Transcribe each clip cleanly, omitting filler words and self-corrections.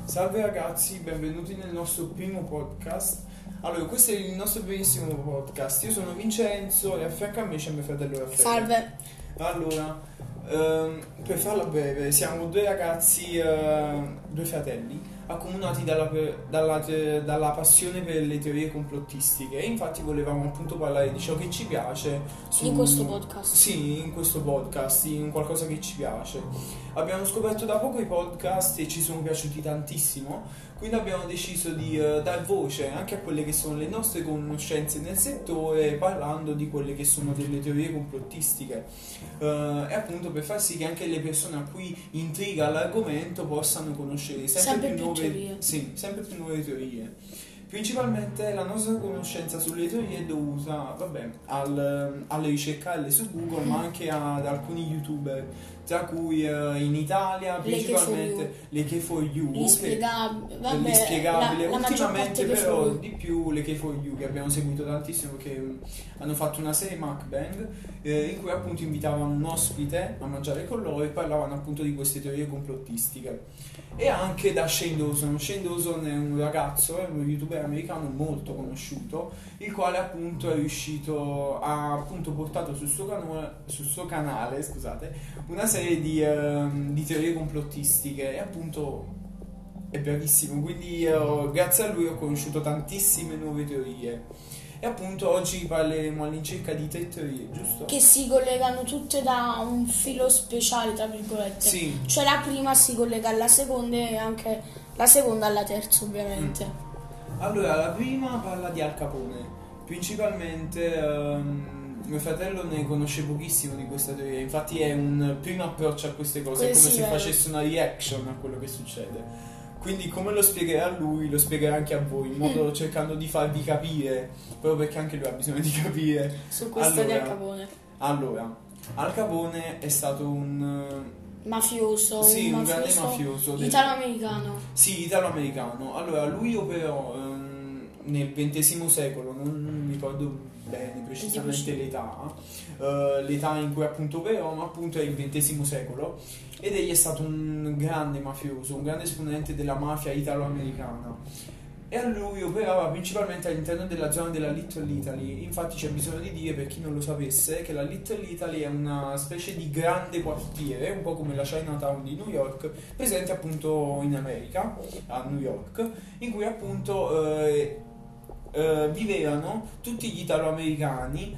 Salve ragazzi, benvenuti nel nostro primo podcast. Allora, questo è il nostro primissimo podcast. Io sono Vincenzo e a fianco a me c'è mio fratello Raffaele. Salve. Allora, per farla breve, siamo due ragazzi, due fratelli, accomunati dalla passione per le teorie complottistiche. E infatti volevamo appunto parlare di ciò che ci piace In questo podcast. Sì, in questo podcast, in qualcosa che ci piace. Abbiamo scoperto da poco i podcast e ci sono piaciuti tantissimo, quindi abbiamo deciso di dar voce anche a quelle che sono le nostre conoscenze nel settore, parlando di quelle che sono delle teorie complottistiche, e appunto per far sì che anche le persone a cui intriga l'argomento possano conoscere sempre più teorie. Sì, sempre più nuove teorie. Principalmente la nostra conoscenza sulle teorie è dovuta, alle ricercarle su Google, ma anche ad alcuni youtuber, tra cui in Italia principalmente le K4U, l'inspiegabile, ultimamente però di più le K4U, che abbiamo seguito tantissimo perché hanno fatto una serie mukbang in cui appunto invitavano un ospite a mangiare con loro e parlavano appunto di queste teorie complottistiche. E anche da Shane Dawson. Shane Dawson è un ragazzo, è uno youtuber americano molto conosciuto, il quale appunto è riuscito a appunto portato sul suo canale, scusate, una serie di teorie complottistiche, e appunto è bravissimo, quindi grazie a lui ho conosciuto tantissime nuove teorie. E appunto oggi parleremo all'incirca di 3 teorie, giusto? Che si collegano tutte da un filo speciale, tra virgolette. Sì. Cioè la prima si collega alla seconda e anche la seconda alla terza, ovviamente. Allora, la prima parla di Al Capone. Principalmente mio fratello ne conosce pochissimo di questa teoria, infatti è un primo approccio a queste cose, è come se facesse una reaction a quello che succede. Quindi come lo spiegherà lui, lo spiegherà anche a voi, in modo cercando di farvi capire, proprio perché anche lui ha bisogno di capire. Su questa di Al Capone. Allora, Al Capone è stato un mafioso, un grande mafioso italo-americano. Sì, italo-americano. Allora, lui operò nel XX secolo, non mi ricordo bene precisamente l'età in cui appunto operò, ma appunto è il XX secolo, ed egli è stato un grande mafioso, un grande esponente della mafia italo-americana. E a lui operava principalmente all'interno della zona della Little Italy. Infatti c'è bisogno di dire, per chi non lo sapesse, che la Little Italy è una specie di grande quartiere, un po' come la Chinatown di New York, presente appunto in America, a New York, in cui appunto vivevano tutti gli italo-americani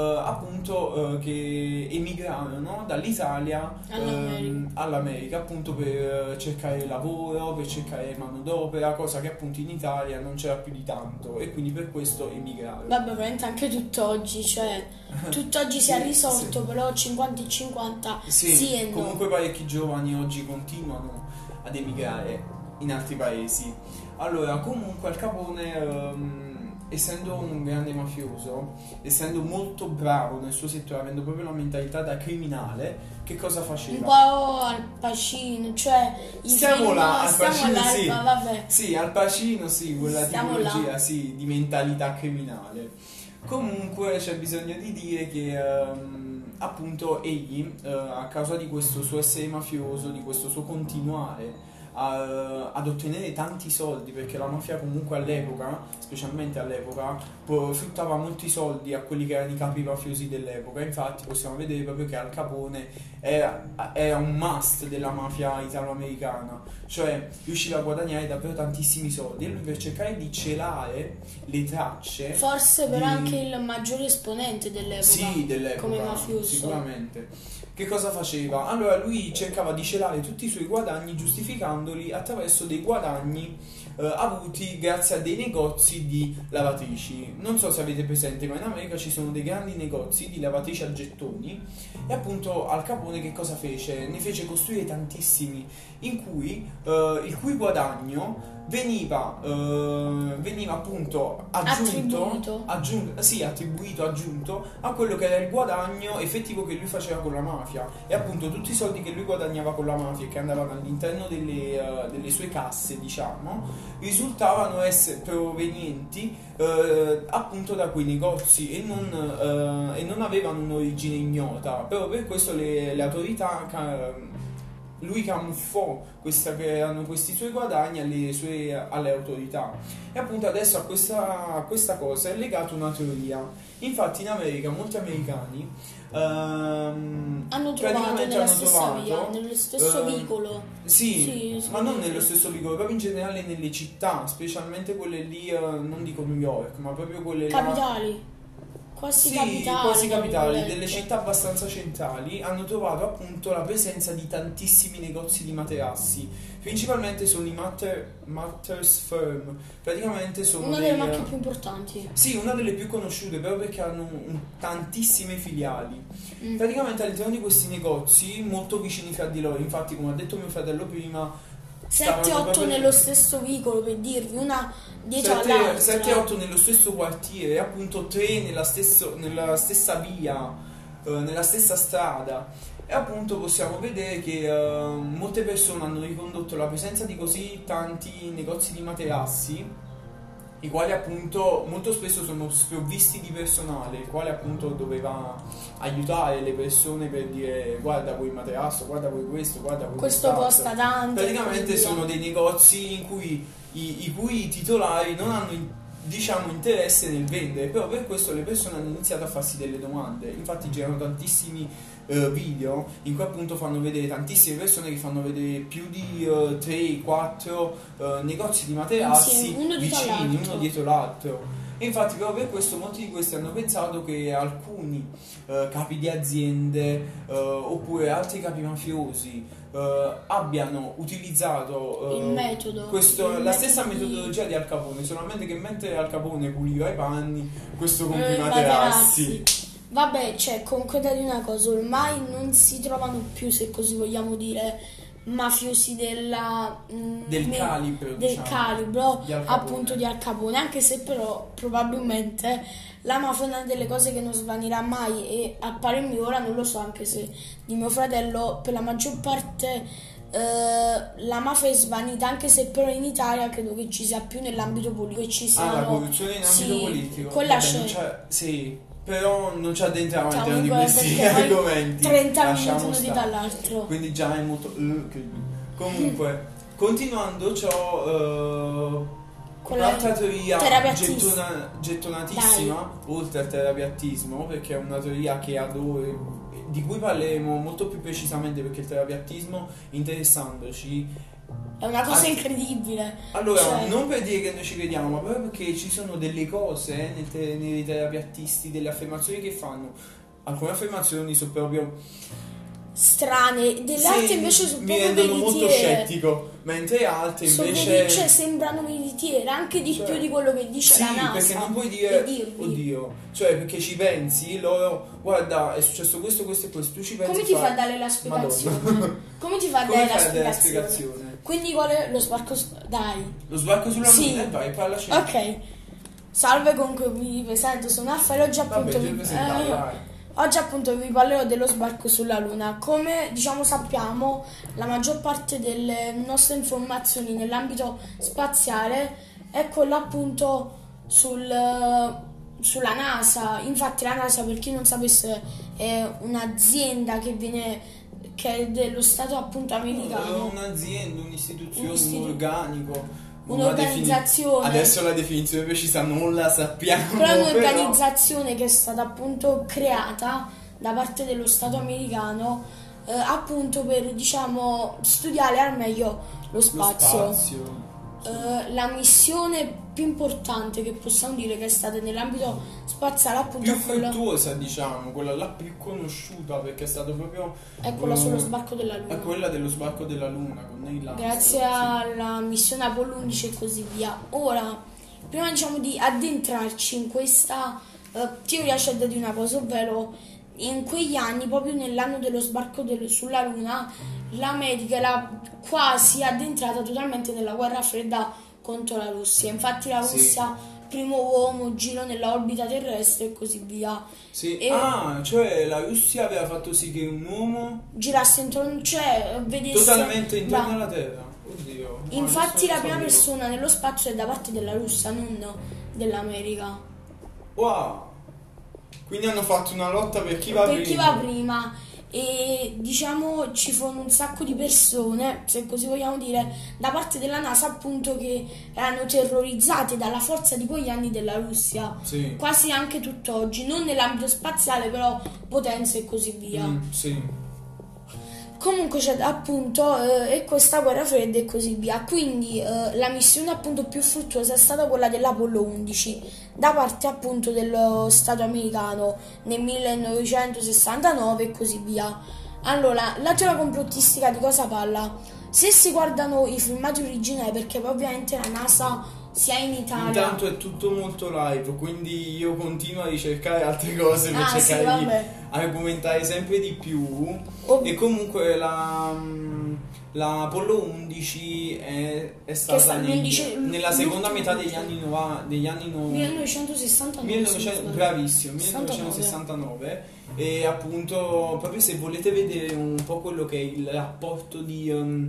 appunto che emigrarono dall'Italia all'America appunto per cercare lavoro, per cercare manodopera, cosa che appunto in Italia non c'era più di tanto, e quindi per questo emigrarono. Vabbè, veramente anche tutt'oggi, cioè tutt'oggi si è risolto, sì. Però 50 e 50 sì e no. Comunque parecchi giovani oggi continuano ad emigrare in altri paesi. Allora, comunque Al Capone essendo un grande mafioso, essendo molto bravo nel suo settore, avendo proprio la mentalità da criminale, che cosa faceva? Un po' Al Pacino, cioè stiamo là, Al Pacino, sì. Vabbè. Sì, Al Pacino, sì, quella tipologia, sì, di mentalità criminale. Comunque c'è bisogno di dire che appunto egli, a causa di questo suo essere mafioso, di questo suo continuare ad ottenere tanti soldi, perché la mafia comunque all'epoca, specialmente all'epoca, fruttava molti soldi a quelli che erano i capi mafiosi dell'epoca. Infatti possiamo vedere proprio che Al Capone era un must della mafia italo-americana, cioè riusciva a guadagnare davvero tantissimi soldi, e lui, per cercare di celare le tracce, forse però anche il maggiore esponente dell'epoca, sì, dell'epoca come mafioso, sicuramente. Che cosa faceva? Allora lui cercava di celare tutti i suoi guadagni, giustificandoli attraverso dei guadagni avuti grazie a dei negozi di lavatrici. Non so se avete presente, ma in America ci sono dei grandi negozi di lavatrici a gettoni, e appunto Al Capone che cosa fece? Ne fece costruire tantissimi, il cui guadagno veniva appunto aggiunto a quello che era il guadagno effettivo che lui faceva con la mafia. E appunto tutti i soldi che lui guadagnava con la mafia e che andavano all'interno delle sue casse, diciamo, risultavano essere provenienti appunto da quei negozi, e non avevano un'origine ignota. Però per questo le autorità lui camuffò che erano questi suoi guadagni alle autorità. E appunto adesso a questa cosa è legata una teoria. Infatti in America molti americani hanno trovato nella stessa via, nello stesso vicolo. Sì, ma non nello stesso vicolo, proprio in generale nelle città, specialmente quelle lì, non dico New York, ma proprio quelle capitali. Quasi capitali, delle città abbastanza centrali, hanno trovato appunto la presenza di tantissimi negozi di materassi. Principalmente sono i Mattress Firm, praticamente sono una delle marche più importanti. Sì, una delle più conosciute, proprio perché hanno tantissime filiali. Praticamente all'interno di questi negozi, molto vicini fra di loro, infatti come ha detto mio fratello prima, 7-8 nello stesso vicolo, per dirvi, una dietro all'altra. 7-8 nello stesso quartiere, appunto 3 nella stessa via, nella stessa strada. E appunto possiamo vedere che molte persone hanno ricondotto la presenza di così tanti negozi di materassi, i quali appunto molto spesso sono sprovvisti di personale, il quale appunto doveva aiutare le persone per dire guarda vuoi il materasso, guarda vuoi questo, guarda vuoi questo costa tanto. Praticamente sono dei negozi in cui i cui titolari non hanno diciamo interesse nel vendere, però per questo le persone hanno iniziato a farsi delle domande. Infatti girano tantissimi video in cui appunto fanno vedere tantissime persone che fanno vedere più di 3-4 negozi di materassi vicini, uno dietro l'altro. E infatti proprio per questo molti di questi hanno pensato che alcuni capi di aziende oppure altri capi mafiosi abbiano utilizzato il metodo, la stessa metodologia di Al Capone, solamente che mentre Al Capone puliva i panni, questo compie i materassi. Vabbè, cioè, comunque da dire una cosa, ormai non si trovano più, se così vogliamo dire, mafiosi del calibro appunto di Al Capone, anche se però probabilmente la mafia è una delle cose che non svanirà mai, e a parer ora non lo so, anche se di mio fratello per la maggior parte la mafia è svanita, anche se però in Italia credo che ci sia più nell'ambito politico, che ci siano, la corruzione in ambito politico, quella però non ci addentriamo all'interno di questi argomenti, 30 minuti uno di dall'altro, quindi già è molto comunque continuando ciò, un'altra teoria gettonatissima oltre al terapiattismo, perché è una teoria che adoro, di cui parleremo molto più precisamente, perché il terapiattismo, interessandoci, è una cosa incredibile. Allora, non per dire che noi ci crediamo, ma proprio perché ci sono delle cose nei terapiattisti, delle affermazioni che fanno. Alcune affermazioni sono proprio strane, delle altre invece sono mi rendono molto scettico, mentre altre invece sembrano veritiere, anche di più di quello che dice la NASA. Perché non puoi dire oddio, cioè perché ci pensi, loro guarda è successo questo, questo e questo, tu ci pensi. Come ti fa a dare la spiegazione? Come ti fa a dare la spiegazione? Quindi qual è lo sbarco? Lo sbarco sulla Luna, vai, parlaci. Ok. Salve, comunque vi presento, sono Alfa e oggi appunto vi parlerò dello sbarco sulla Luna. Come sappiamo, la maggior parte delle nostre informazioni nell'ambito spaziale è quella appunto sulla NASA. Infatti la NASA, per chi non sapesse, è un'azienda che è dello Stato appunto americano. Un'azienda, un'istituzione, un organico, un'organizzazione. Adesso la definizione precisa non la sappiamo. Però è un'organizzazione che è stata appunto creata da parte dello Stato americano appunto per studiare al meglio lo spazio. La missione più importante che possiamo dire che è stata nell'ambito spaziale appunto più fruttuosa, quella là più conosciuta, perché è stato proprio è quella sullo sbarco della Luna. È quella dello sbarco della Luna con Neil Armstrong, grazie alla missione Apollo 11 e così via. Ora, prima di addentrarci in questa teoria, c'è da dire una cosa, ovvero in quegli anni, proprio nell'anno dello sbarco sulla Luna, l'America era quasi addentrata totalmente nella guerra fredda contro la Russia. Infatti la Russia, primo uomo, giro nella orbita terrestre e così via. Cioè la Russia aveva fatto sì che un uomo girasse intorno, vedesse totalmente intorno alla Terra. Oddio. Infatti la prima persona nello spazio è da parte della Russia, non dell'America. Wow. Quindi hanno fatto una lotta per chi va prima. e diciamo ci furono un sacco di persone, se così vogliamo dire, da parte della NASA appunto che erano terrorizzate dalla forza di quegli anni della Russia, Sì. quasi anche tutt'oggi, non nell'ambito spaziale però potenza e così via. Sì. Comunque c'è appunto e questa guerra fredda e così via, quindi la missione appunto più fruttuosa è stata quella dell'Apollo 11 da parte appunto dello Stato americano nel 1969 e così via. Allora, la teoria complottistica di cosa parla? Se si guardano i filmati originali, perché poi ovviamente la NASA sia in Italia... Intanto è tutto molto live, quindi io continuo a ricercare altre cose per sì, cercare di vabbè. argomentare sempre di più. E comunque la Apollo 11 è stata nella seconda metà degli anni 1969. Bravissimo, 1969. E appunto, proprio se volete vedere un po' quello che è il rapporto di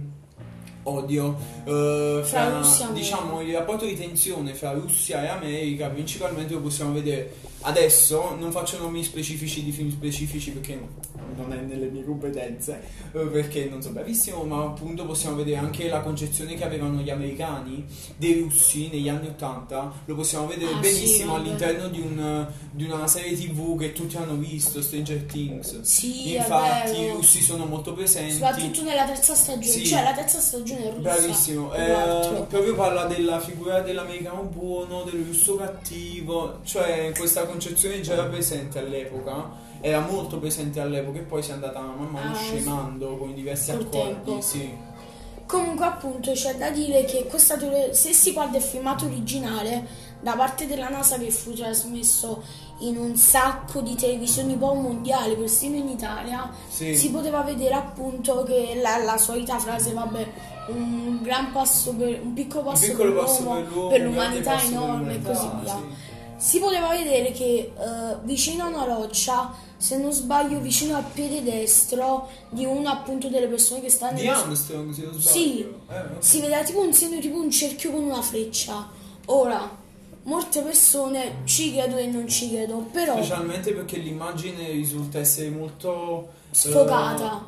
odio fra Russia, diciamo il rapporto di tensione fra Russia e America, principalmente lo possiamo vedere adesso. Non faccio nomi specifici di film specifici perché non è nelle mie competenze, perché non sono bravissimo, ma appunto possiamo vedere anche la concezione che avevano gli americani dei russi negli anni 80. Lo possiamo vedere benissimo all'interno di una serie TV che tutti hanno visto, Stranger Things. Sì, infatti i russi sono molto presenti, soprattutto nella terza stagione, cioè la terza stagione è russa. Bravissimo, proprio parla della figura dell'americano buono, del russo cattivo, cioè questa concezione già era presente all'epoca, era molto presente all'epoca e poi si è andata man mano scemando con i diversi accordi. Sì. Comunque appunto c'è da dire che questa teoria, se si guarda il filmato originale da parte della NASA che fu trasmesso in un sacco di televisioni poi mondiali, persino in Italia, si poteva vedere appunto che la solita frase, vabbè, un piccolo passo per l'uomo, per l'umanità enorme e così via. Si poteva vedere che vicino a una roccia, se non sbaglio vicino al piede destro di una appunto delle persone che stanno di Armstrong, se non sbaglio, sì, si vedeva tipo un segno, tipo un cerchio con una freccia. Ora molte persone ci credono e non ci credono, però specialmente perché l'immagine risulta essere molto sfocata.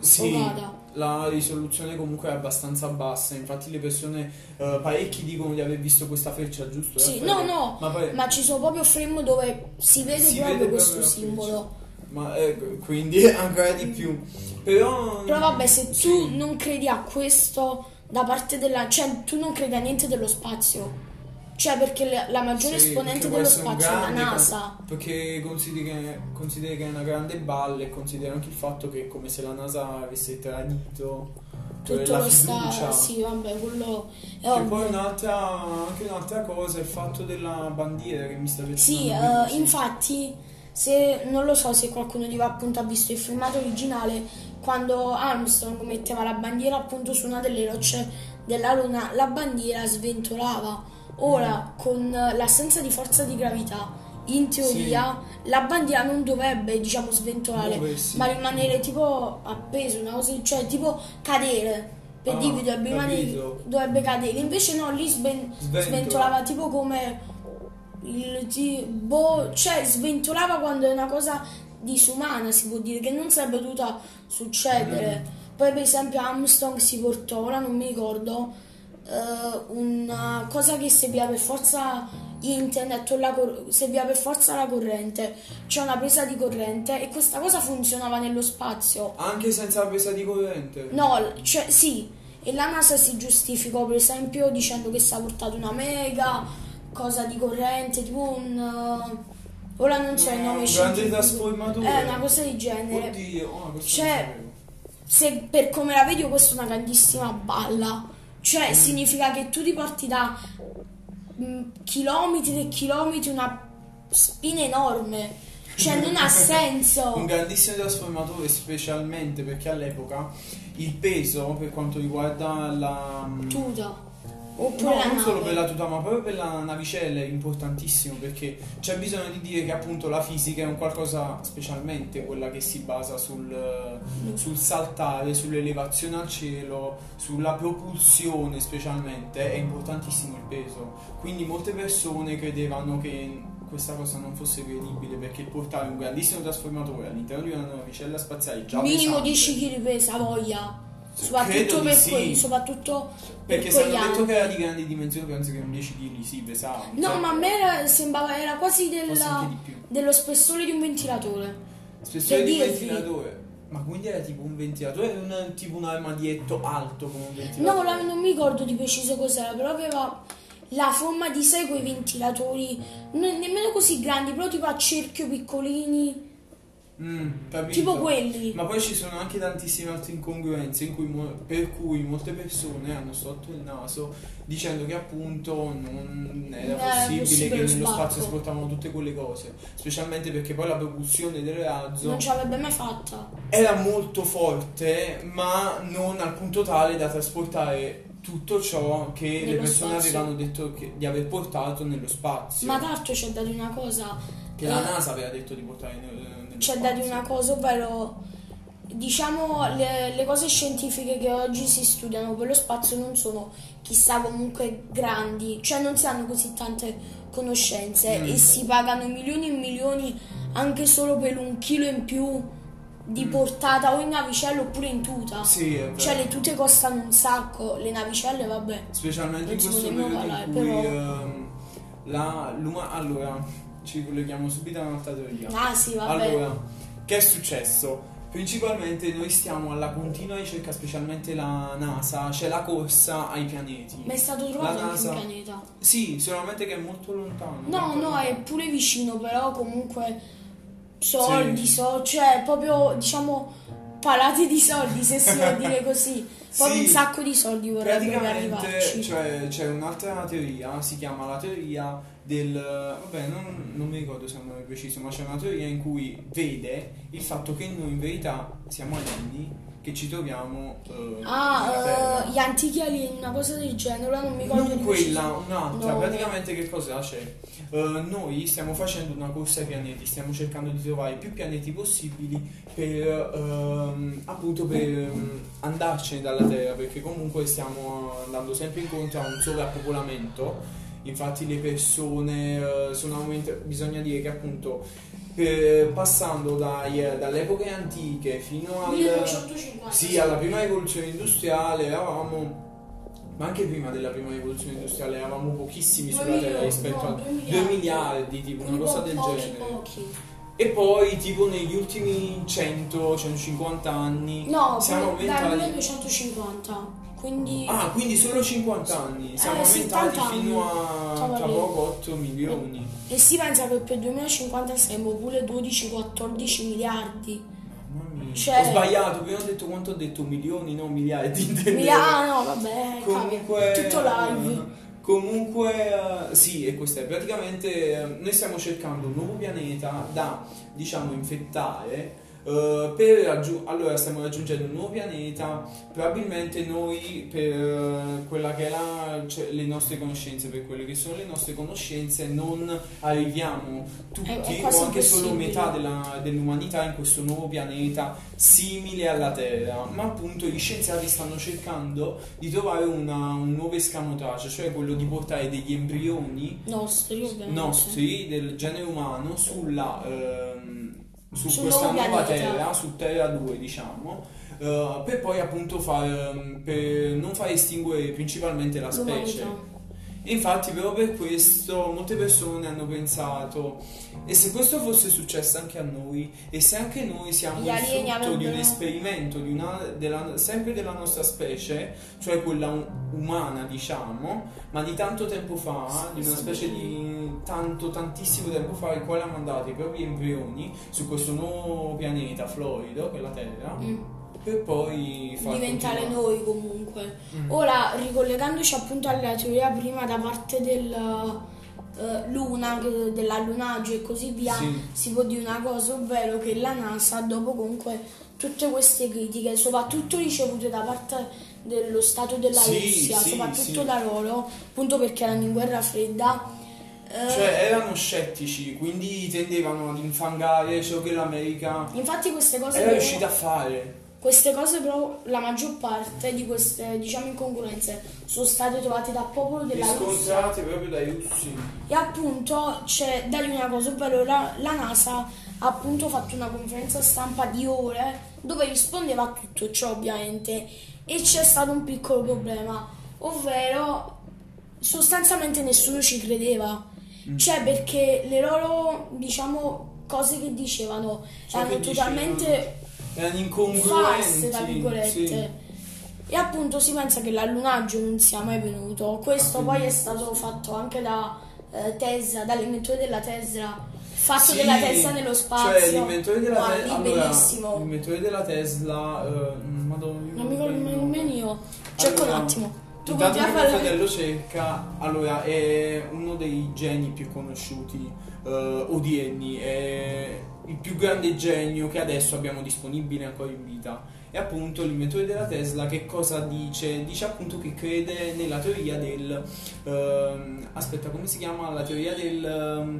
La risoluzione comunque è abbastanza bassa, infatti le persone parecchi dicono di aver visto questa freccia, giusto? Sì, ma ci sono proprio frame dove si vede proprio questo simbolo. Ma quindi ancora di più. Però vabbè, se tu non credi a questo da parte cioè tu non credi a niente dello spazio. Cioè perché la maggiore esponente dello spazio è la NASA. Perché consideri che è una grande balle e consideri anche il fatto che è come se la NASA avesse tradito tutto la lo fiducia. Sì, vabbè, quello è e ovvio. poi anche un'altra cosa è il fatto della bandiera che mi sta piacendo. Sì, infatti, se non lo so se qualcuno di voi appunto ha visto il filmato originale, quando Armstrong metteva la bandiera appunto su una delle rocce della Luna, la bandiera sventolava. Ora, con l'assenza di forza di gravità, in teoria, la bandiera non dovrebbe, diciamo, sventolare, ma rimanere tipo appeso, una cosa, cioè tipo cadere. Per dire, dovrebbe cadere. Invece no, lì sventolava tipo come cioè sventolava quando è una cosa disumana, si può dire, che non sarebbe dovuta succedere. Poi per esempio Armstrong si portò, ora non mi ricordo, una cosa che serviva per forza internet o serviva per forza la corrente, cioè una presa di corrente, e questa cosa funzionava nello spazio anche senza la presa di corrente. No, cioè sì, e la NASA si giustificò per esempio dicendo che si è portato una mega cosa di corrente, tipo ora non so il nome, un grande trasformatore, una cosa di genere. Oddio, cioè se per come la vedi questa è una grandissima balla. Cioè significa che tu ti porti da chilometri e chilometri una spina enorme. Cioè non ha senso. Un grandissimo trasformatore, specialmente perché all'epoca il peso per quanto riguarda la tuta, oppure la non nave. solo per la tuta ma proprio per la navicella è importantissimo, perché c'è bisogno di dire che appunto la fisica è un qualcosa, specialmente quella che si basa sul saltare, sull'elevazione al cielo, sulla propulsione, specialmente è importantissimo il peso. Quindi molte persone credevano che questa cosa non fosse credibile, perché portare un grandissimo trasformatore all'interno di una navicella spaziale già minimo pesante, 10 kg pesa, voglia. credo Soprattutto di per sì. quelli, soprattutto per Perché se hanno quegli detto anni. che era di grandi dimensioni, penso che un 10 kg sì, pesava. No, Cioè, ma a me sembrava, era quasi forse anche di più. dello spessore di un ventilatore. Spessore di un dirvi? ventilatore. Ma quindi era tipo un ventilatore, tipo un armadietto alto come un ventilatore? No, non mi ricordo di preciso cos'era, però aveva la forma di sai quei ventilatori, nemmeno così grandi, però tipo a cerchio piccolini, Capito. tipo quelli. Ma poi ci sono anche tantissime altre incongruenze per cui molte persone hanno storto il naso dicendo che appunto non era possibile che lo nello sbarco. spazio esportavano tutte quelle cose, specialmente perché poi la propulsione del razzo Non ce l'avrebbe mai fatta. era molto forte, ma non al punto tale da trasportare tutto ciò che le Nello persone spazio. avevano detto di aver portato nello spazio. Ma tra l'altro c'è da dire una cosa. Che la NASA aveva detto di portare nello C'è spazio. da dire una cosa, ovvero diciamo le cose scientifiche che oggi si studiano per lo spazio non sono chissà comunque grandi, cioè non si hanno così tante conoscenze e si pagano milioni e milioni anche solo per un chilo in più di portata o in navicella oppure in tuta. Sì, è vero. Cioè le tute costano un sacco, le navicelle vabbè. Specialmente in Non si questo può nemmeno periodo in parlare, cui allora ci colleghiamo subito a un'altra teoria. Ah sì, vabbè. Allora, che è successo? Principalmente noi stiamo alla continua ricerca, specialmente la NASA, c'è la corsa ai pianeti. Ma è stato trovato La anche un NASA- pianeta. Sì, solamente che è molto lontano. No, molto no, è lontano. pure vicino, però comunque soldi, cioè proprio diciamo palate di soldi, se si può dire così. Proprio Sì, un sacco di soldi vorrebbero praticamente arrivarci. cioè, c'è un'altra teoria, si chiama la teoria del... vabbè, non mi ricordo se è un nome preciso, ma c'è una teoria in cui vede il fatto che noi in verità siamo alieni, che ci troviamo nella Terra. Gli antichi alieni, una cosa del genere, ora non mi ricordo Non di quella, preciso. un'altra. No. Praticamente che cosa c'è? Noi stiamo facendo una corsa ai pianeti, stiamo cercando di trovare più pianeti possibili per appunto per andarcene dalla Terra, perché comunque stiamo andando sempre incontro a un sovrappopolamento. Infatti le persone sono aumentate, bisogna dire che appunto passando dalle antiche fino al 1950. sì, alla prima rivoluzione industriale eravamo, ma anche prima della prima rivoluzione industriale eravamo pochissimi sulla Terra rispetto a 2 miliardi, tipo una cosa del genere. Pochi. E poi tipo negli ultimi 100-150 anni No, siamo dal aumentati. 1250. Quindi Quindi solo 50 anni. Siamo sì, aumentati 80 fino anni. a tra poco 8 milioni. E si pensa che per il 2050 saremo pure 12-14 miliardi. Mamma mia. Cioè- Ho sbagliato, prima ho detto quanto ho detto milioni, no miliardi. No, vabbè, Comunque, tutto live. Comunque, sì, e questo è praticamente noi stiamo cercando un nuovo pianeta da, diciamo, infettare. Allora stiamo raggiungendo un nuovo pianeta, probabilmente noi per quella che è cioè, le nostre conoscenze, per quelle che sono le nostre conoscenze non arriviamo tutti È quasi o anche solo impossibile. metà dell'umanità in questo nuovo pianeta simile alla Terra, ma appunto gli scienziati stanno cercando di trovare un nuovo escamotage, cioè quello di portare degli embrioni Nostri, ovviamente. nostri del genere umano su Sul questa nuovo nuova pianeta. Terra, su Terra 2 diciamo, per poi appunto per non far estinguere principalmente la specie. L'umanità. E infatti proprio per questo molte persone hanno pensato, e se questo fosse successo anche a noi, e se anche noi siamo Gli il alieni frutto di un avrebbero- esperimento sempre della nostra specie, cioè quella umana diciamo, ma di tanto tempo fa, di una Sì. specie di tantissimo tempo fa, il quale ha mandato i propri embrioni su questo nuovo pianeta florido, che è la Terra, per poi far Diventare continuare. noi comunque. Ora, ricollegandoci appunto alla teoria prima da parte del Luna, dell'allunaggio e così via, Sì. si può dire una cosa, ovvero che la NASA, dopo comunque tutte queste critiche, soprattutto ricevute da parte dello Stato della Sì, Russia, sì, soprattutto sì. da loro, appunto perché erano in guerra fredda, Cioè erano scettici, quindi tendevano ad infangare ciò che l'America infatti queste cose era loro- riuscita a fare. queste cose però, la maggior parte di queste, diciamo, incongruenze sono state trovate dal popolo della Russia. Riscontrate proprio dai russi. E appunto c'è da dire una cosa, ovvero la NASA ha appunto fatto una conferenza stampa di ore dove rispondeva a tutto ciò, ovviamente, e c'è stato un piccolo problema, ovvero sostanzialmente nessuno ci credeva, cioè perché le loro, diciamo, cose che dicevano erano totalmente erano incongruenti, false, tra virgolette. sì. E appunto si pensa che l'allunaggio non sia mai venuto. Questo poi è stato fatto anche da Tesla, dall'inventore della Tesla, fatto Sì, della Tesla nello spazio. cioè l'inventore della Guardi, Tesla, bellissimo. l'inventore della Tesla, Madonna, Non mi ricordo nemmeno io. Cerco un attimo. Tu Intanto continui che a mio parlare. fratello cerca, allora è uno dei geni più conosciuti odierni, è il più grande genio che adesso abbiamo disponibile ancora in vita. E appunto l'inventore della Tesla che cosa dice? Dice appunto che crede nella teoria del aspetta, come si chiama? La teoria del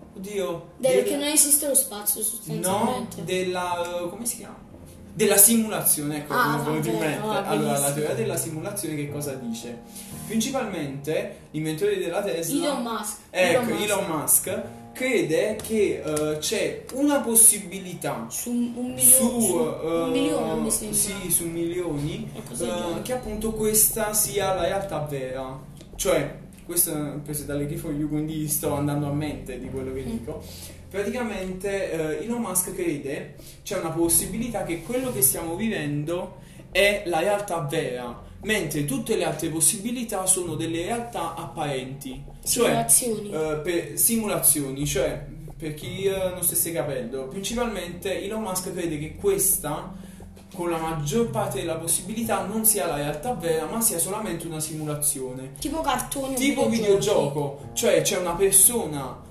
Che non esiste lo spazio no, sostanzialmente. della come si chiama? Della simulazione, ecco, Ah, come venuto in vabbè, mente. no, Allora, la bellissimo. teoria della simulazione che cosa dice? Principalmente l'inventore della Tesla, Elon Musk. ecco, Elon Musk crede che c'è una possibilità Su un milione, su un milione mi sembra. sì, su milioni, Qualcosa del genere. che appunto questa sia la realtà vera. Cioè, questo è preso dalle Key for You, quindi sto andando a mente di quello che dico. Praticamente Elon Musk crede c'è una possibilità che quello che stiamo vivendo è la realtà vera, mentre tutte le altre possibilità sono delle realtà apparenti, cioè Simulazioni. simulazioni, cioè per chi non stesse capendo, principalmente Elon Musk crede che questa con la maggior parte della possibilità non sia la realtà vera, ma sia solamente una simulazione. Tipo cartoni o Tipo videogiochi. videogioco, cioè c'è una persona,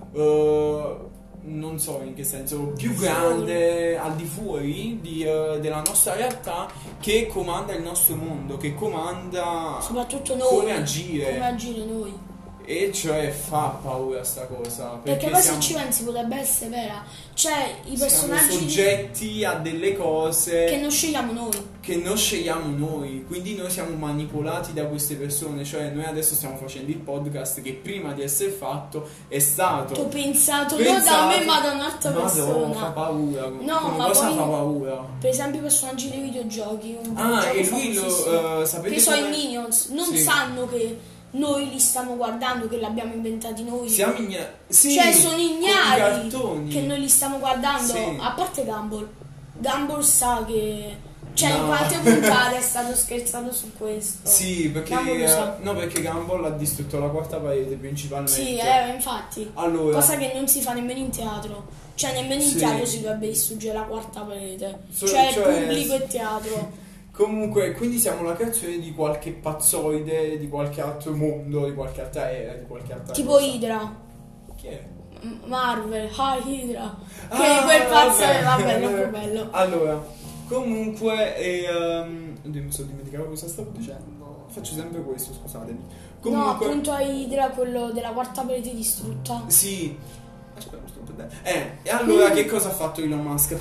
non so in che senso, più grande al di fuori della nostra realtà che comanda il nostro mondo, che comanda Soprattutto noi. come agire. Come agire noi. E cioè fa paura sta cosa. Perché poi siamo, se ci pensi potrebbe essere vera. Cioè i siamo personaggi soggetti a delle cose che non scegliamo noi. che non scegliamo noi, quindi noi siamo manipolati da queste persone, cioè noi adesso stiamo facendo il podcast che prima di essere fatto è stato Ho pensato non da me ma da un'altra Madonna, persona. fa paura, No, come ma cosa poi fa paura? per esempio i personaggi dei videogiochi. Un Ah, videogioco e lui famosissimo, sapete che so i come- Minions, non Sì. sanno che noi li stiamo guardando, che l'abbiamo inventati noi. Siamo sì, Cioè sono con i ignari cartoni. che noi li stiamo guardando. Sì. A parte Gumball. Gumball sa che cioè in No. quante puntate è stato scherzato su questo. Sì, perché Gumball lo sa. no, perché Gumball ha distrutto la quarta parete principalmente. Sì, infatti. Allora, Cosa che non si fa nemmeno in teatro. Cioè nemmeno in Sì. teatro si dovrebbe distruggere la quarta parete. Cioè, Pubblico e teatro. comunque, quindi siamo la creazione di qualche pazzoide, di qualche altro mondo, di qualche altra era, di qualche altra Tipo cosa. Hydra. Chi è? Marvel, Hydra. Che Ah, quel pazzo vabbè. vabbè, troppo bello. Allora, comunque, oddio, mi sono dimenticato cosa stavo dicendo. Faccio sempre questo, scusatemi. No, Comunque, appunto Hydra, quello della quarta parete distrutta. sì. Aspetta, sto perdendo. E allora che cosa ha fatto Elon Musk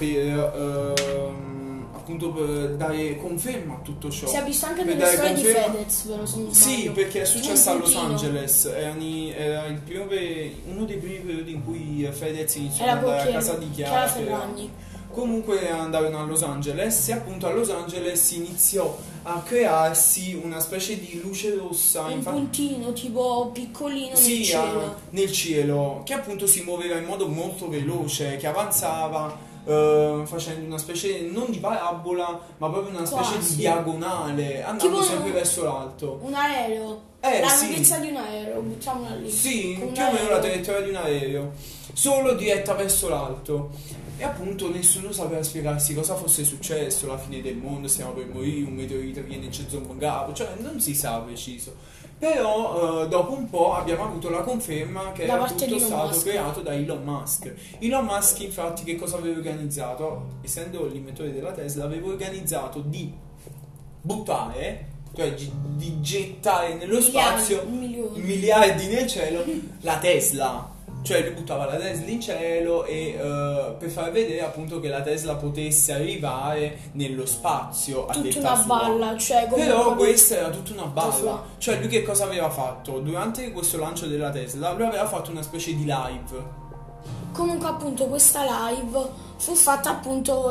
appunto per dare conferma a tutto ciò? Si è visto anche Per nelle dare storie di conferma- Fedez, però se non Sì, sbaglio. perché è successo a Un Los puntino. Angeles, era il primo uno dei primi periodi in cui Fedez iniziò Era ad andare a Cocchiere, casa di Chiara Chiara Ferragni. Comunque andarono a Los Angeles e appunto a Los Angeles iniziò a crearsi una specie di luce rossa, Un infatti puntino tipo piccolino sì, nel cielo. nel cielo, che appunto si muoveva in modo molto veloce, che avanzava facendo una specie non di parabola, ma proprio una specie Quasi. di diagonale, andando Tipo sempre verso l'alto. Un aereo. Eh, La sì. lunghezza di un aereo, buttiamola lì. Sì, Un più o meno la aereo. traiettoria di un aereo, solo diretta verso l'alto. E appunto nessuno sapeva spiegarsi cosa fosse successo, la fine del mondo, stiamo per morire, un meteorite viene e ci zombongava, cioè non si sa preciso. Però dopo un po' abbiamo avuto la conferma che Da era parte di tutto Elon stato Musk. creato da Elon Musk. Elon Musk infatti che cosa aveva organizzato? Essendo l'inventore della Tesla, aveva organizzato di buttare, cioè di gettare nello spazio Milioni. miliardi nel cielo la Tesla. cioè lui buttava la Tesla in cielo e per far vedere appunto che la Tesla potesse arrivare nello spazio a Tutta detta una sua. balla, cioè Però comunque questa era tutta una balla, sua. cioè lui che cosa aveva fatto? Durante questo lancio della Tesla lui aveva fatto una specie di live. Comunque appunto questa live fu fatta appunto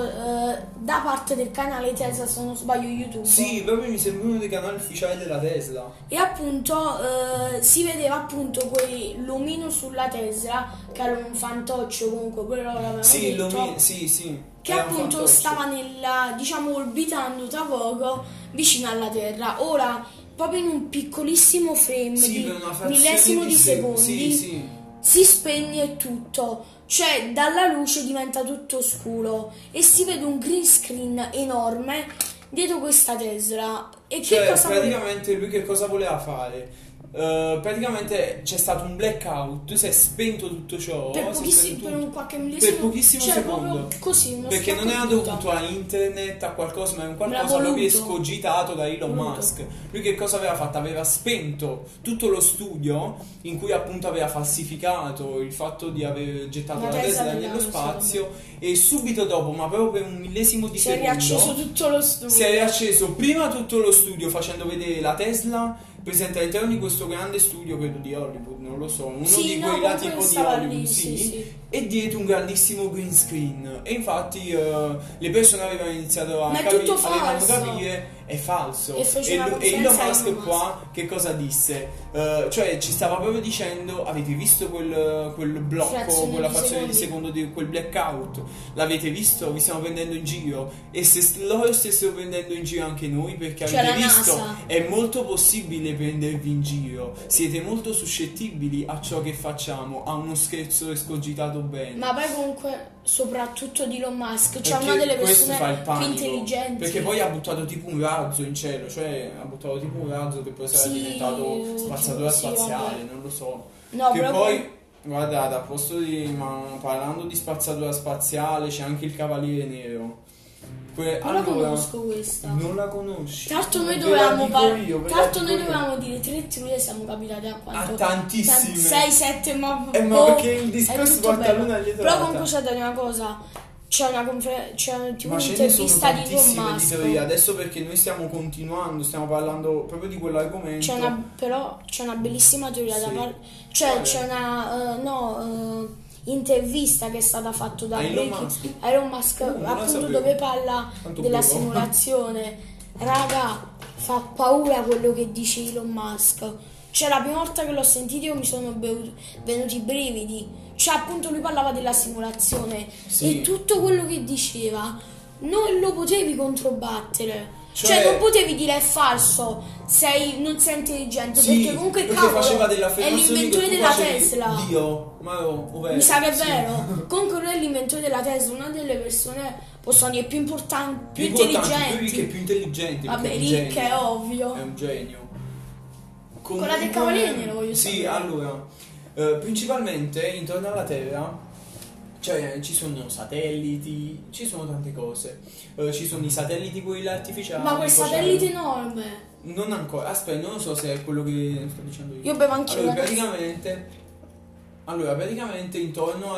da parte del canale Tesla, se non sbaglio YouTube. Sì, proprio mi sembra uno dei canali ufficiali della Tesla. E appunto si vedeva appunto quei l'omino sulla Tesla, che era un fantoccio comunque, però l'avevano Sì, detto, sì. che Era un appunto fantoccio. stava nella, diciamo, orbitando tra poco vicino alla Terra. Ora, proprio in un piccolissimo frame Sì, di per una frazione millesimo di secondi Sì. si spegne tutto, cioè dalla luce diventa tutto scuro e si vede un green screen enorme dietro questa Tesla. E Cioè, che cosa voleva? praticamente lui che cosa voleva fare? Praticamente c'è stato un blackout, si è spento tutto ciò, Per si è pochissimo, spento per tutto. un qualche millesimo, Per pochissimo cioè secondo. proprio così, uno Perché non schiocco era di dita. dovuto a internet, a qualcosa, ma è un qualcosa Bravo, proprio voluto. escogitato da Elon Voluto. Musk. Lui che cosa aveva fatto? Aveva spento tutto lo studio in cui appunto aveva falsificato il fatto di aver gettato La la Tesla Tesla nella nello luce, spazio e subito dopo, ma proprio per un millesimo di Si è secondo, riacceso tutto lo studio. si è riacceso prima tutto lo studio facendo vedere la Tesla presente all'interno di questo grande studio, credo di Hollywood, non lo so, uno Sì, di no, quei là comunque tipo di stava Hollywood, lì, sì, sì. e dietro un grandissimo green screen. E infatti le persone avevano iniziato a Ma è tutto avevano falso. capire è falso. E fece una E Elon conferenza Musk Elon qua che cosa disse? Cioè ci stava proprio dicendo: avete visto quel blocco, Frazione quella di frazione di secondi. secondo di quel blackout? L'avete visto? Vi stiamo prendendo in giro. E se loro stessero prendendo in giro anche noi, perché Cioè, avete la visto, NASA. è molto possibile prendervi in giro. Siete molto suscettibili a ciò che facciamo, a uno scherzo escogitato bene. Ma poi comunque, soprattutto di Elon Musk, c'è Perché una delle questo persone fa il più panico, intelligenti. perché poi ha buttato tipo un razzo in cielo, cioè ha buttato tipo un razzo che poi sarà Sì, diventato spazzatura sì, spaziale, vabbè. non lo so. No, Che però poi, guardate, a posto di, ma parlando di spazzatura spaziale, c'è anche il Cavaliere Nero. non la conosco questa. Non la conosci? Tra l'altro noi Ve la dovevamo dico io, ve tra la l'altro dico noi io. dovevamo dire 3 teorie, siamo capitati a quanto? A tantissime. 6, 7, ma ma boh, perché il è discorso tutto porta bello. l'una dietro Però l'altra. comunque c'è da dire una cosa, c'è tipo Ma ce ne sono un'intervista di Elon tantissime di Musk. teorie. Adesso perché noi stiamo continuando, stiamo parlando proprio di quell'argomento. Però c'è una bellissima teoria da Sì. parte, cioè Quale? c'è una intervista che è stata fatta da A Elon Breaking- Musk? a Elon Musk, Non la appunto, sapevo. dove parla Quanto della bevo? simulazione. Raga, fa paura quello che dice Elon Musk. Cioè, la prima volta che l'ho sentito io mi sono venuti i brividi. Cioè, appunto, lui parlava della simulazione Sì. e tutto quello che diceva non lo potevi controbattere. Cioè- Cioè, non potevi dire è falso, non sei intelligente, Sì, perché comunque perché cavolo, faceva delle è affermazioni l'inventore che tu della facevi, Tesla. Dio, ma ovvero, Mi sa che è sì. vero. Comunque lui è l'inventore della Tesla, una delle persone, possiamo dire, più importanti, più importante, intelligenti. più ricche, più intelligenti. Vabbè, perché è un genio. ricche, è ovvio. È un genio. Quella del Cavaliere Nero voglio Sì, sapere. allora, principalmente intorno alla Terra cioè, ci sono satelliti, ci sono tante cose. Ci sono i satelliti quelli artificiali. Ma quel poi c'è- satellite enorme. Non ancora, aspetta, non lo so se è quello che sto dicendo io. Io bevo anch'io. Allora, praticamente intorno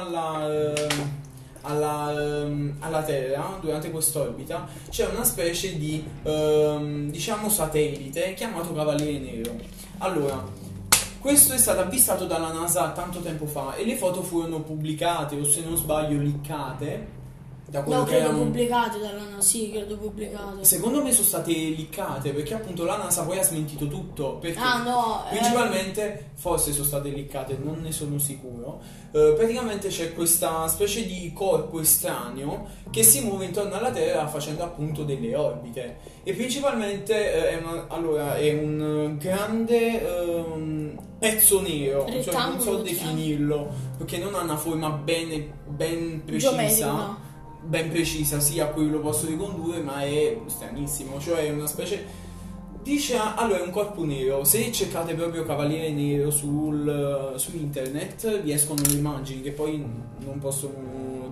alla Terra, durante quest'orbita, c'è una specie di, diciamo, satellite chiamato Cavaliere Nero. Allora, questo è stato avvistato dalla NASA tanto tempo fa e le foto furono pubblicate, o se non sbaglio, leakate, da quello No, che credo erano... pubblicate dalla NASA. Sì, credo pubblicate. Secondo me sono state leakate perché appunto la NASA poi ha smentito tutto. Perché Ah, no. principalmente, forse sono state leakate, non ne sono sicuro. Praticamente c'è questa specie di corpo estraneo che si muove intorno alla Terra facendo appunto delle orbite. E principalmente è un grande pezzo nero, cioè non so Rettangolo, definirlo perché non ha una forma ben precisa. Geometrica. Ben precisa, sì, a cui lo posso ricondurre, ma è stranissimo, cioè è una specie. Allora è un corpo nero. Se cercate proprio Cavaliere Nero su internet vi escono le immagini che poi non posso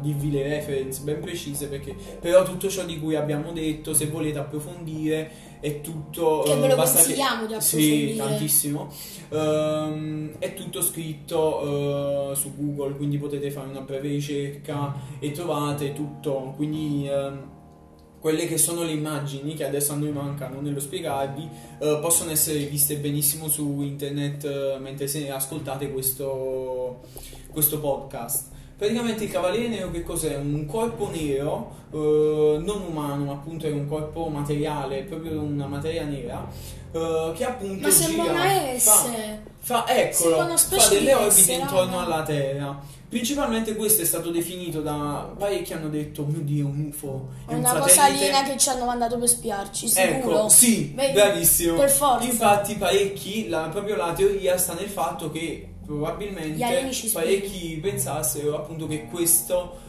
dirvi le reference ben precise, perché però tutto ciò di cui abbiamo detto, se volete approfondire, è tutto che ve lo basta consigliamo di approfondire. sì, tantissimo. È tutto scritto su Google, quindi potete fare una breve ricerca e trovate tutto. Quindi quelle che sono le immagini che adesso a noi mancano nello spiegarvi possono essere viste benissimo su internet mentre se ascoltate questo podcast. Praticamente il Cavaliere Nero che cos'è? Un corpo nero, non umano, ma appunto è un corpo materiale, proprio una materia nera, che appunto Ma sembrano eccolo, una specie fa delle di orbite essere, intorno no? alla Terra. Principalmente questo è stato definito da parecchi, hanno detto, mio Dio, un UFO, è un una satellite. rosalina che ci hanno mandato per spiarci, sicuro. Ecco, sì, Vedi? bravissimo. Per forza. Infatti parecchi, proprio la teoria sta nel fatto che Gli probabilmente alieni ci parecchi pensassero appunto che questo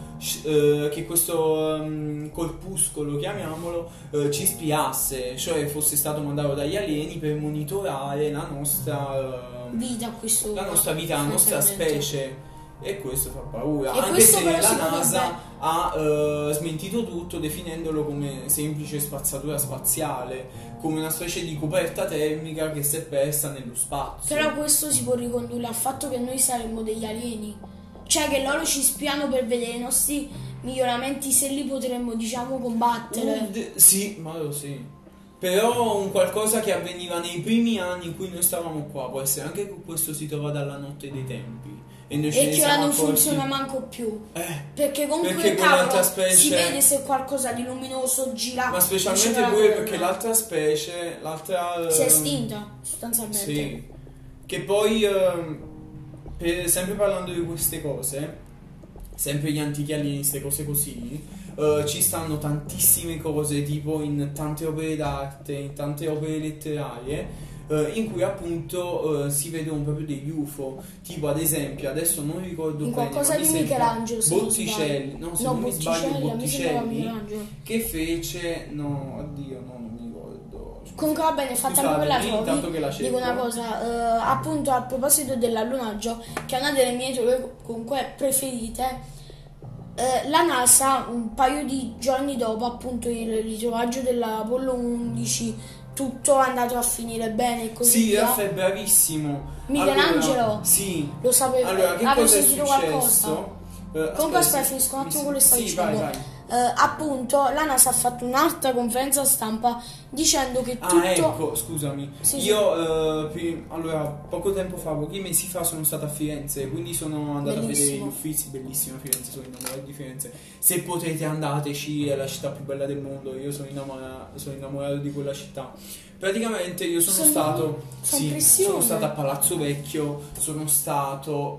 corpuscolo, chiamiamolo, ci spiasse, cioè fosse stato mandato dagli alieni per monitorare la nostra vita qui sopra. la nostra vita, la nostra specie. E questo fa paura, E anche questo se però la si NASA ha smentito tutto definendolo come semplice spazzatura spaziale, come una specie di coperta termica che si è persa nello spazio. Però questo si può ricondurre al fatto che noi saremmo degli alieni. Cioè che loro ci spiano per vedere i nostri miglioramenti, se li potremmo, diciamo, combattere. Sì, ma lo sì. Però un qualcosa che avveniva nei primi anni in cui noi stavamo qua, può essere anche che questo si trova dalla notte dei tempi. E noi ce E ne che ora siamo non accorti. funziona manco più. Perché Perché comunque quell'altra cavolo, specie- si vede se qualcosa di luminoso gira. Ma specialmente vicino alla pure Terra. perché l'altra specie, si è estinta sostanzialmente. Sì. Che poi, sempre parlando di queste cose, sempre gli antichi alieni, queste cose così, ci stanno tantissime cose, tipo in tante opere d'arte, in tante opere letterarie, in cui appunto si vedono proprio degli UFO, tipo ad esempio, adesso non ricordo In bene, qualcosa ma mi di sembra Michelangelo, se non Botticelli, no, se No, non mi sbaglio Botticelli, a me sembrava Botticelli, Michelangelo. che fece, no, oddio, no, non mi ricordo. Comunque va bene, fatta Scusatemi, quella intanto che la trovi, dico cerco. una cosa, appunto a proposito dell'allunaggio, che è una delle mie teorie comunque preferite, la NASA un paio di giorni dopo appunto il ritrovaggio dell'Apollo 11, tutto è andato a finire bene e così Sì, via. Raffa è bravissimo. Michelangelo? Allora, sì. Lo sapevo, Allora, che avevo cosa è sentito successo? qualcosa. Comunque aspetta, finisco un attimo quello che stai Sì, vai, dicendo. vai. Appunto la NASA ha fatto un'altra conferenza stampa dicendo che tutto... Ecco, scusami. Sì, Io allora poco tempo fa, pochi mesi fa sono stato a Firenze, quindi sono andato Bellissimo. a vedere gli Uffizi, bellissima Firenze, sono innamorato di Firenze. Se potete andateci, è la città più bella del mondo, io sono innamorato di quella città. Praticamente io sono stato sono stato a Palazzo Vecchio, sono stato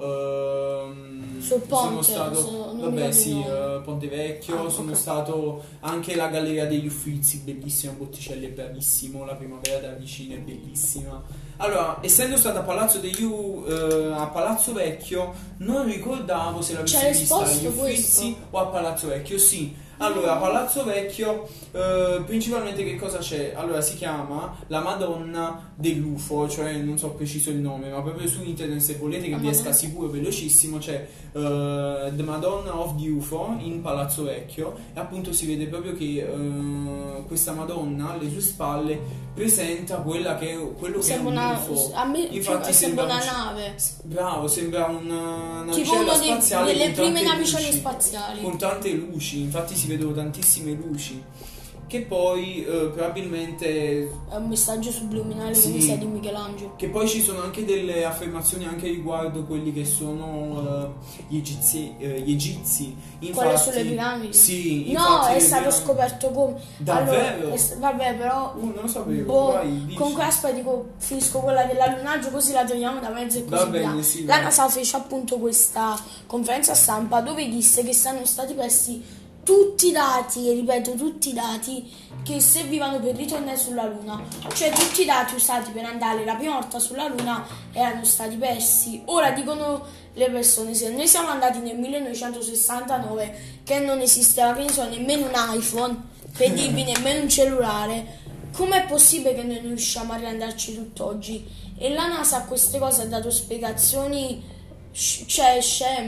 Sul ponte, sono stato non mi ricordo il nome. Ponte Vecchio, sono ok. stato anche alla Galleria degli Uffizi, bellissima, Botticelli è bravissimo, la primavera da vicino è bellissima. Allora, essendo stato a a Palazzo Vecchio, non ricordavo se C'è l'avessi vista agli esposto Uffizi questo? o a Palazzo Vecchio, sì. Allora, a Palazzo Vecchio, principalmente che cosa c'è? Allora, si chiama la Madonna dell'UFO, cioè non so preciso il nome, ma proprio su internet, se volete che vi esca sicuro velocissimo, c'è The Madonna of the UFO in Palazzo Vecchio, e appunto si vede proprio che questa Madonna alle sue spalle presenta quello che è un Sembra UFO. a me Infatti sembra una un- nave. Bravo, sembra una Tipo navicella una spaziale delle con prime tante navicelle luci, spaziali. con tante luci, infatti si vedono tantissime luci, che poi probabilmente È un messaggio subliminale Sì. che mi sa di Michelangelo. che poi ci sono anche delle affermazioni anche riguardo quelli che sono gli egizi. Quelle Infatti, sulle piramidi? Sì, No, infatti è le stato piramidi- scoperto come. Davvero? Allora, vabbè, però. Non lo sapevo, Boh, vai, dici. comunque aspetta, dico, finisco quella dell'allunaggio così la togliamo da mezzo e Va così bene, via. sì, La vai. NASA fece appunto questa conferenza stampa dove disse che sono stati persi tutti i dati, e ripeto tutti i dati che servivano per ritornare sulla Luna, cioè tutti i dati usati per andare la prima volta sulla Luna erano stati persi. Ora dicono le persone, se noi siamo andati nel 1969 che non esisteva, che ne so, nemmeno un iPhone, per dirvi nemmeno un cellulare, com'è possibile che noi non riusciamo a riandarci tutt'oggi? E la NASA a queste cose ha dato spiegazioni cioè sceme,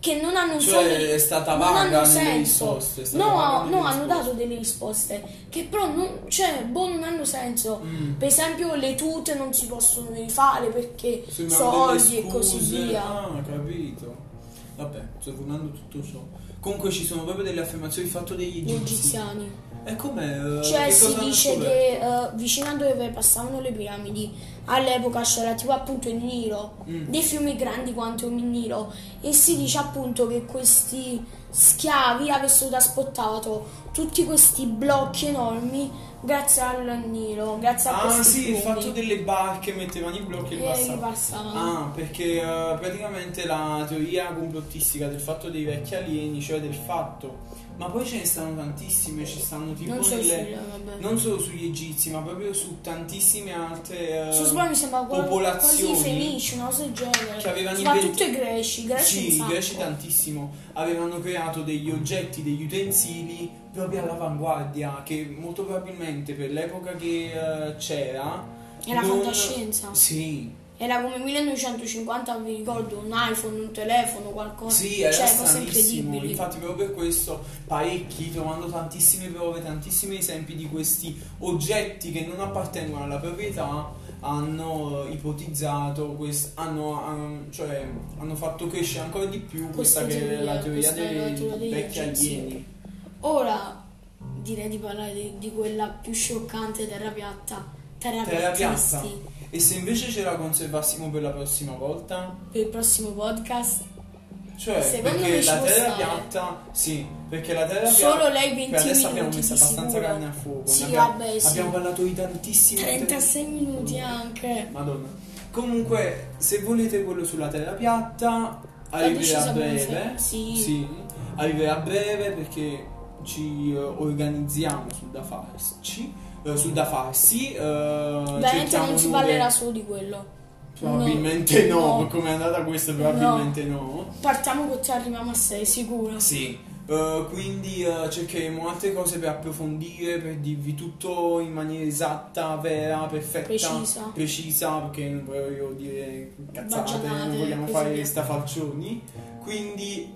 che non hanno cioè è stata non vaga hanno nelle senso. risposte, è stata vaga nelle Hanno risposte. dato delle risposte che però non hanno senso. Per esempio le tute non si possono rifare perché Sembrano delle soldi e così scuse. via. Ah, capito. Vabbè, sto tornando tutto ciò. Comunque ci sono proprio delle affermazioni fatte degli Gli egizi. egiziani. E com'è? Cioè Che si cosa hanno dice scoperto? che vicino a dove passavano le piramidi all'epoca c'era tipo appunto il Nilo, dei fiumi grandi quanto il Nilo, e si dice appunto che questi schiavi avessero trasportato tutti questi blocchi enormi grazie al Nilo, grazie a Ah questi sì, il fiumi. fatto delle barche mettevano i blocchi e E passavano. ripassavano. Ah, perché praticamente la teoria complottistica del fatto dei vecchi alieni, cioè del fatto, ma poi ce ne stanno tantissime, ci stanno tipo Non so non solo sugli egizi, ma proprio su tantissime altre su sbaglio mi sembra quasi i popolazioni Fenici, una cosa del genere. che avevano Soprattutto i greci, Sì, un i sacco. greci tantissimo. Avevano creato degli oggetti, degli utensili proprio all'avanguardia, che molto probabilmente per l'epoca che c'era Era fantascienza. Sì. Era come 1950, vi ricordo, un iPhone, un telefono, qualcosa. Sì, era cioè, cose stranissimo. incredibili. Infatti proprio per questo parecchi, trovando tantissime prove, tantissimi esempi di questi oggetti che non appartengono alla proprietà, hanno ipotizzato, hanno fatto crescere ancora di più questa che è la teoria dei vecchi alieni. Ora direi di parlare di quella più scioccante, terra piatta. Terra piatta. E se invece ce la conservassimo per la prossima volta? Per il prossimo podcast? Cioè, Secondo perché me ci la può terra stare. piatta, sì, perché la terra Solo piatta, lei 20 per adesso minuti abbiamo messo di abbastanza sicuro. carne a fuoco. Sì, abbiamo, vabbè, sì. abbiamo parlato di tantissimi 36 minuti anche. Madonna. Comunque, se volete quello sulla terra piatta, arriverà a breve. Sì. Arriverà a breve perché ci organizziamo sul da farsi. Veramente non si parlerà solo di quello. Probabilmente no, come è andata questa probabilmente no. Partiamo con te, arriviamo a 6 sicuro. Sì, quindi cercheremo altre cose per approfondire, per dirvi tutto in maniera esatta, vera, perfetta, precisa, perché non voglio dire cazzate, non vogliamo fare stafalcioni. Quindi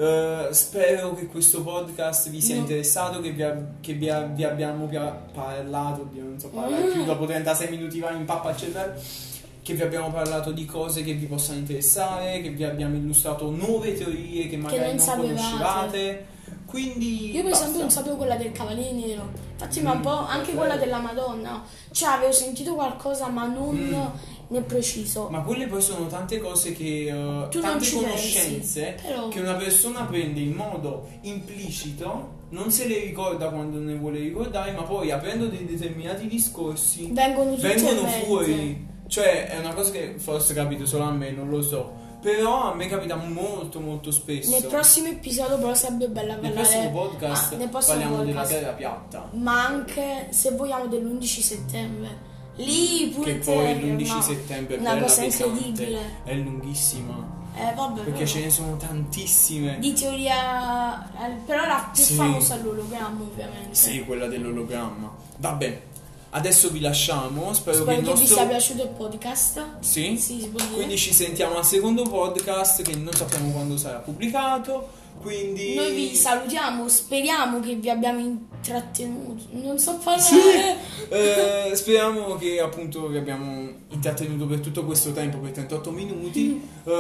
spero che questo podcast vi sia interessato, che vi abbiamo parlato, non so parlare più, dopo 36 minuti va in pappa al cervello, che vi abbiamo parlato di cose che vi possano interessare, che vi abbiamo illustrato nuove teorie che magari non conoscevate. Quindi io per esempio non sapevo quella del Cavaliere Nero, infatti un po' anche quella della Madonna, cioè avevo sentito qualcosa ma non nel preciso. Ma quelle poi sono tante cose che tante conoscenze che una persona prende in modo implicito, non se le ricorda quando ne vuole ricordare, ma poi aprendo dei determinati discorsi vengono fuori. Cioè è una cosa che forse capito solo a me, non lo so, però a me capita molto molto spesso. Nel prossimo episodio però sarebbe bella parlare. Nel prossimo podcast parliamo della terra piatta, ma anche se vogliamo dell'11 settembre. Lì pure che poi l'11 settembre è una bella, cosa pesante, incredibile, è lunghissima. Vabbè, perché ce ne sono tantissime di teoria, però la più famosa è l'ologramma, ovviamente. Sì, quella dell'ologramma. Vabbè, adesso vi lasciamo. Spero che vi sia piaciuto il podcast. Sì, si può dire. Quindi ci sentiamo al secondo podcast che non sappiamo quando sarà pubblicato. Quindi noi vi salutiamo, speriamo che vi abbiamo intrattenuto. Non so parlare. Speriamo che appunto vi abbiamo intrattenuto per tutto questo tempo, per 38 minuti.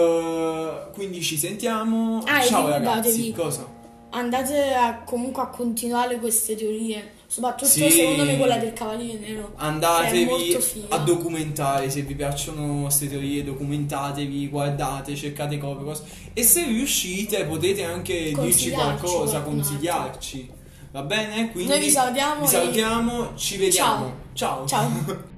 Quindi ci sentiamo. Ciao ragazzi. Cosa? Andate comunque a continuare queste teorie, soprattutto secondo me quella del Cavaliere Nero. Andatevi a documentare, se vi piacciono queste teorie, documentatevi, guardate, cercate cose, e se riuscite potete anche dirci qualcosa, consigliarci. Va bene? Quindi noi vi salutiamo, ci vediamo. Ciao.